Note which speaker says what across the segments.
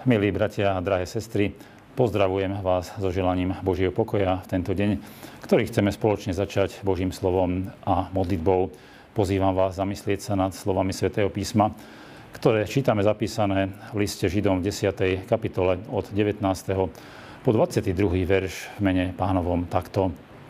Speaker 1: Milí bratia a drahé sestry, pozdravujem vás so želaním Božieho pokoja v tento deň, ktorý chceme spoločne začať Božím slovom a modlitbou. Pozývam vás zamyslieť sa nad slovami Svätého písma, ktoré čítame zapísané v liste Židom v 10. kapitole od 19. po 22. verš v mene Pánovom takto.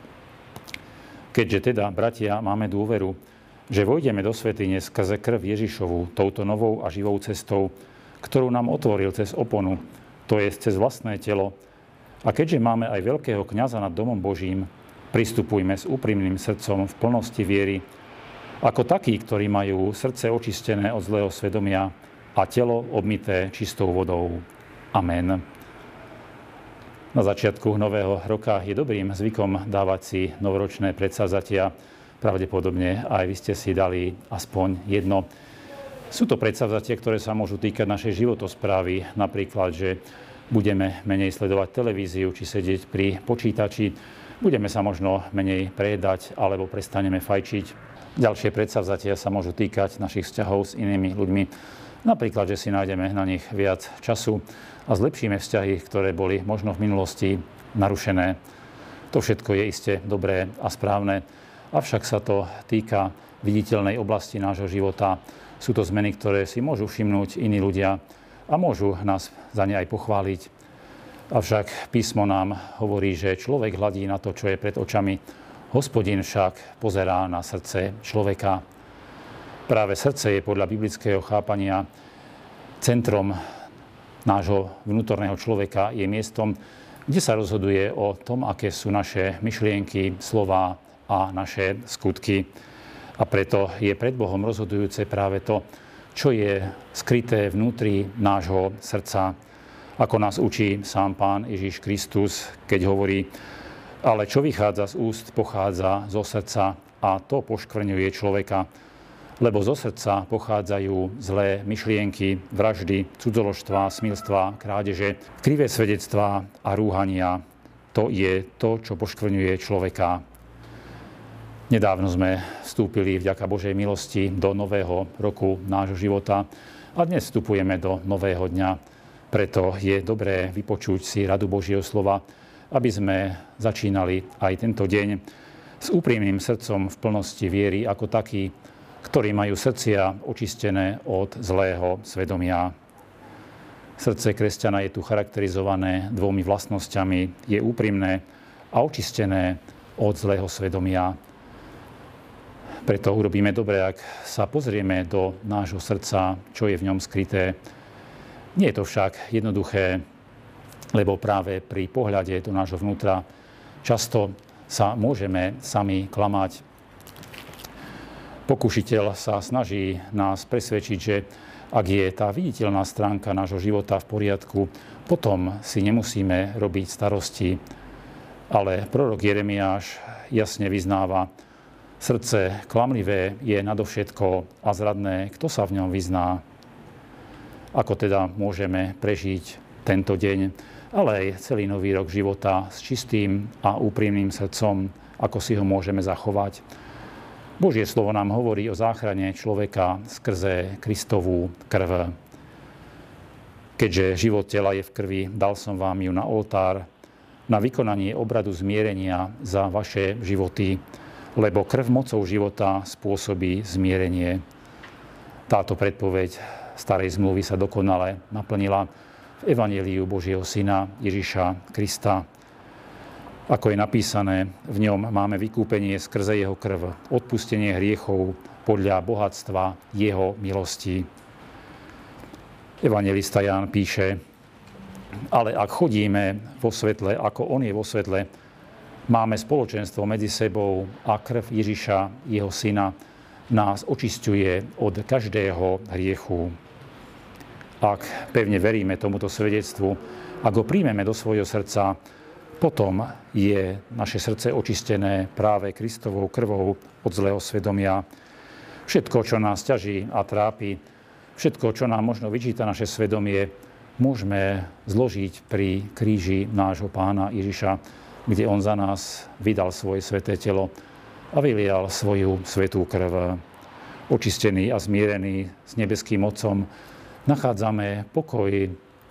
Speaker 1: Keďže teda, bratia, máme dôveru, že vojdeme do svätyne skrze krv Ježišovu touto novou a živou cestou, ktorú nám otvoril cez oponu, to je cez vlastné telo. A keďže máme aj veľkého kňaza nad domom Božím, pristupujme s úprimným srdcom v plnosti viery, ako takí, ktorí majú srdce očistené od zlého svedomia a telo obmyté čistou vodou. Amen. Na začiatku nového roka je dobrým zvykom dávať si novoročné predsavzatia. Pravdepodobne aj vy ste si dali aspoň jedno. Sú to predsavzatia, ktoré sa môžu týkať našej životosprávy. Napríklad, že budeme menej sledovať televíziu či sedieť pri počítači. Budeme sa možno menej prejedať alebo prestaneme fajčiť. Ďalšie predsavzatia sa môžu týkať našich vzťahov s inými ľuďmi. Napríklad, že si nájdeme na nich viac času a zlepšíme vzťahy, ktoré boli možno v minulosti narušené. To všetko je iste dobré a správne. Avšak sa to týka viditeľnej oblasti nášho života. Sú to zmeny, ktoré si môžu všimnúť iní ľudia a môžu nás za ne aj pochváliť. Avšak písmo nám hovorí, že človek hľadí na to, čo je pred očami. Hospodin však pozerá na srdce človeka. Práve srdce je podľa biblického chápania centrom nášho vnútorného človeka, je miestom, kde sa rozhoduje o tom, aké sú naše myšlienky, slová a naše skutky. A preto je pred Bohom rozhodujúce práve to, čo je skryté vnútri nášho srdca. Ako nás učí sám Pán Ježiš Kristus, keď hovorí, ale čo vychádza z úst, pochádza zo srdca a to poškvrňuje človeka. Lebo zo srdca pochádzajú zlé myšlienky, vraždy, cudzoložstva, smilstva, krádeže, krivé svedectvá a rúhania. To je to, čo poškvrňuje človeka. Nedávno sme vstúpili vďaka Božej milosti do nového roku nášho života a dnes vstupujeme do nového dňa. Preto je dobré vypočuť si radu Božieho slova, aby sme začínali aj tento deň s úprimným srdcom v plnosti viery ako takí, ktorí majú srdcia očistené od zlého svedomia. Srdce kresťana je tu charakterizované dvomi vlastnosťami. Je úprimné a očistené od zlého svedomia. Preto urobíme dobre, ak sa pozrieme do nášho srdca, čo je v ňom skryté. Nie je to však jednoduché, lebo práve pri pohľade do nášho vnútra často sa môžeme sami klamať. Pokušiteľ sa snaží nás presvedčiť, že ak je tá viditeľná stránka nášho života v poriadku, potom si nemusíme robiť starosti. Ale prorok Jeremiáš jasne vyznáva, srdce klamlivé je nadovšetko a zradné, kto sa v ňom vyzná. Ako teda môžeme prežiť tento deň, ale aj celý nový rok života s čistým a úprimným srdcom, ako si ho môžeme zachovať. Božie slovo nám hovorí o záchrane človeka skrze Kristovú krv. Keďže život tela je v krvi, dal som vám ju na oltár, na vykonanie obradu zmierenia za vaše životy, lebo krv mocou života spôsobí zmierenie. Táto predpoveď starej zmluvy sa dokonale naplnila v evanjeliu Božieho Syna Ježiša Krista. Ako je napísané, v ňom máme vykúpenie skrze jeho krv, odpustenie hriechov podľa bohatstva jeho milosti. Evanjelista Ján píše, ale ak chodíme vo svetle, ako on je vo svetle, máme spoločenstvo medzi sebou a krv Ježiša, jeho syna, nás očisťuje od každého hriechu. Ak pevne veríme tomuto svedectvu, ak ho príjmeme do svojho srdca, potom je naše srdce očistené práve Kristovou krvou od zlého svedomia. Všetko, čo nás ťaží a trápi, všetko, čo nám možno vyčíta naše svedomie, môžeme zložiť pri kríži nášho Pána Ježiša, kde on za nás vydal svoje sväté telo a vylial svoju svätú krv. Očistený a zmierený s nebeským Otcom nachádzame pokoj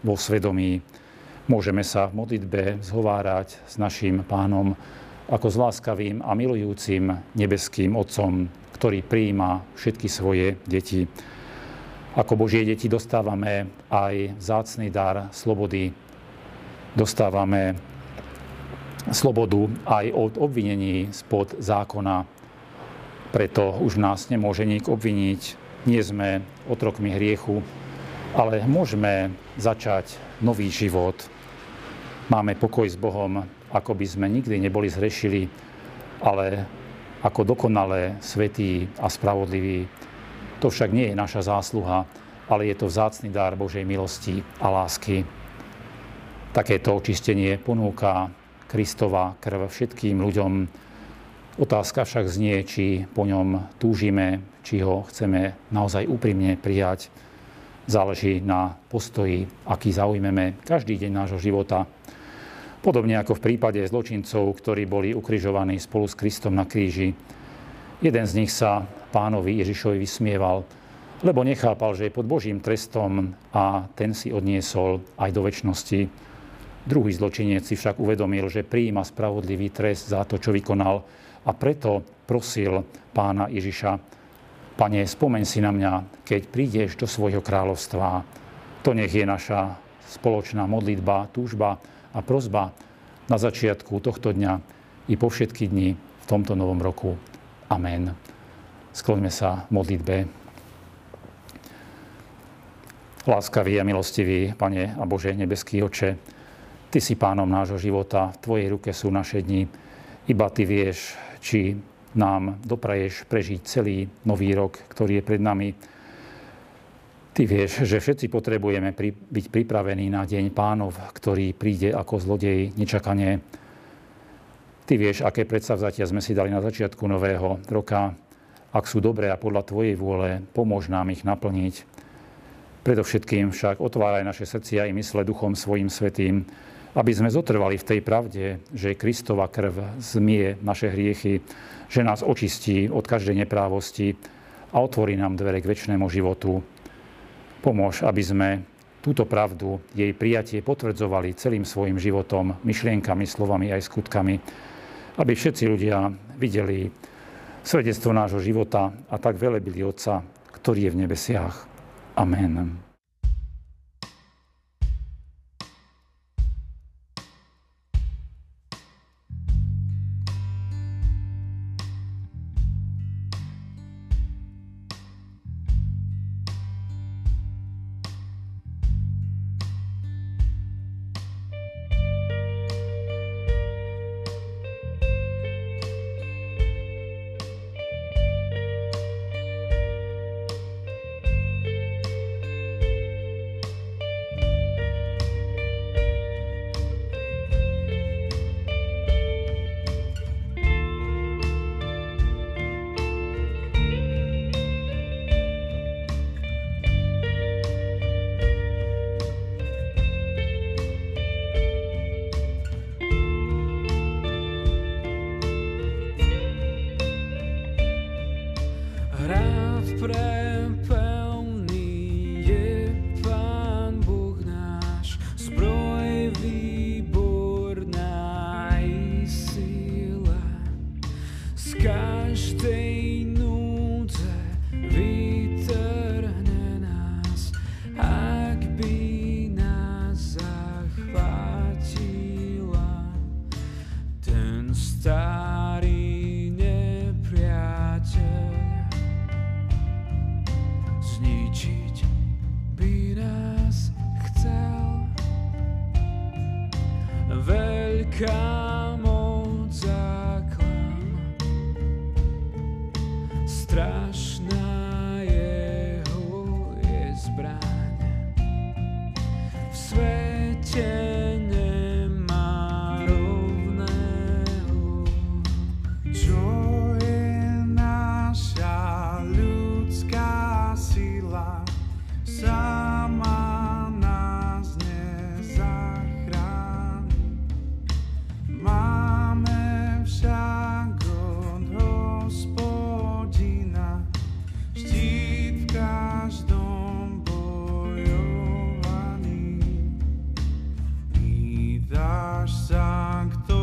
Speaker 1: vo svedomí. Môžeme sa v modlitbe zhovárať s naším Pánom ako s láskavým a milujúcim nebeským Otcom, ktorý prijíma všetky svoje deti. Ako Božie deti dostávame aj vzácny dar slobody. Dostávame slobodu aj od obvinení spod zákona. Preto už nás nemôže nik obviniť. Nie sme otrokmi hriechu, ale môžeme začať nový život. Máme pokoj s Bohom, ako by sme nikdy neboli zhrešili, ale ako dokonale svätý a spravodlivý. To však nie je naša zásluha, ale je to vzácny dar Božej milosti a lásky. Takéto očistenie ponúka Kristova krv všetkým ľuďom. Otázka však znie, či po ňom túžime, či ho chceme naozaj úprimne prijať. Záleží na postoji, aký zaujmeme každý deň nášho života. Podobne ako v prípade zločincov, ktorí boli ukrižovaní spolu s Kristom na kríži. Jeden z nich sa Pánovi Ježišovi vysmieval, lebo nechápal, že je pod Božím trestom a ten si odniesol aj do večnosti. Druhý zločinec si však uvedomil, že prijíma spravodlivý trest za to, čo vykonal, a preto prosil Pána Ježiša: Pane, spomeň si na mňa, keď prídeš do svojho kráľovstva. To nech je naša spoločná modlitba, túžba a prosba na začiatku tohto dňa i po všetky dni v tomto novom roku. Amen. Skloňme sa v modlitbe. Láskavý a milostivý Pane a Bože nebeský Oče, Ty si Pánom nášho života, v Tvojej ruke sú naše dni. Iba Ty vieš, či nám dopraješ prežiť celý nový rok, ktorý je pred nami. Ty vieš, že všetci potrebujeme byť pripravení na deň Pánov, ktorý príde ako zlodej nečakane. Ty vieš, aké predsavzatia sme si dali na začiatku nového roka. Ak sú dobré a podľa Tvojej vôle, pomôž nám ich naplniť. Predovšetkým však otváraj naše srdcia i mysle Duchom svojím svätým, aby sme zotrvali v tej pravde, že Kristova krv zmie naše hriechy, že nás očistí od každej neprávosti a otvorí nám dvere k večnému životu. Pomôž, aby sme túto pravdu, jej prijatie potvrdzovali celým svojim životom, myšlienkami, slovami aj skutkami, aby všetci ľudia videli svedectvo nášho života a tak velebili Otca, ktorý je v nebesiach. Amen.
Speaker 2: Veľká moc a klam, strašná jeho je zbraň. V svete nemá rovného. Čo je naša ľudská sila, sama nás nezachráni. Sancto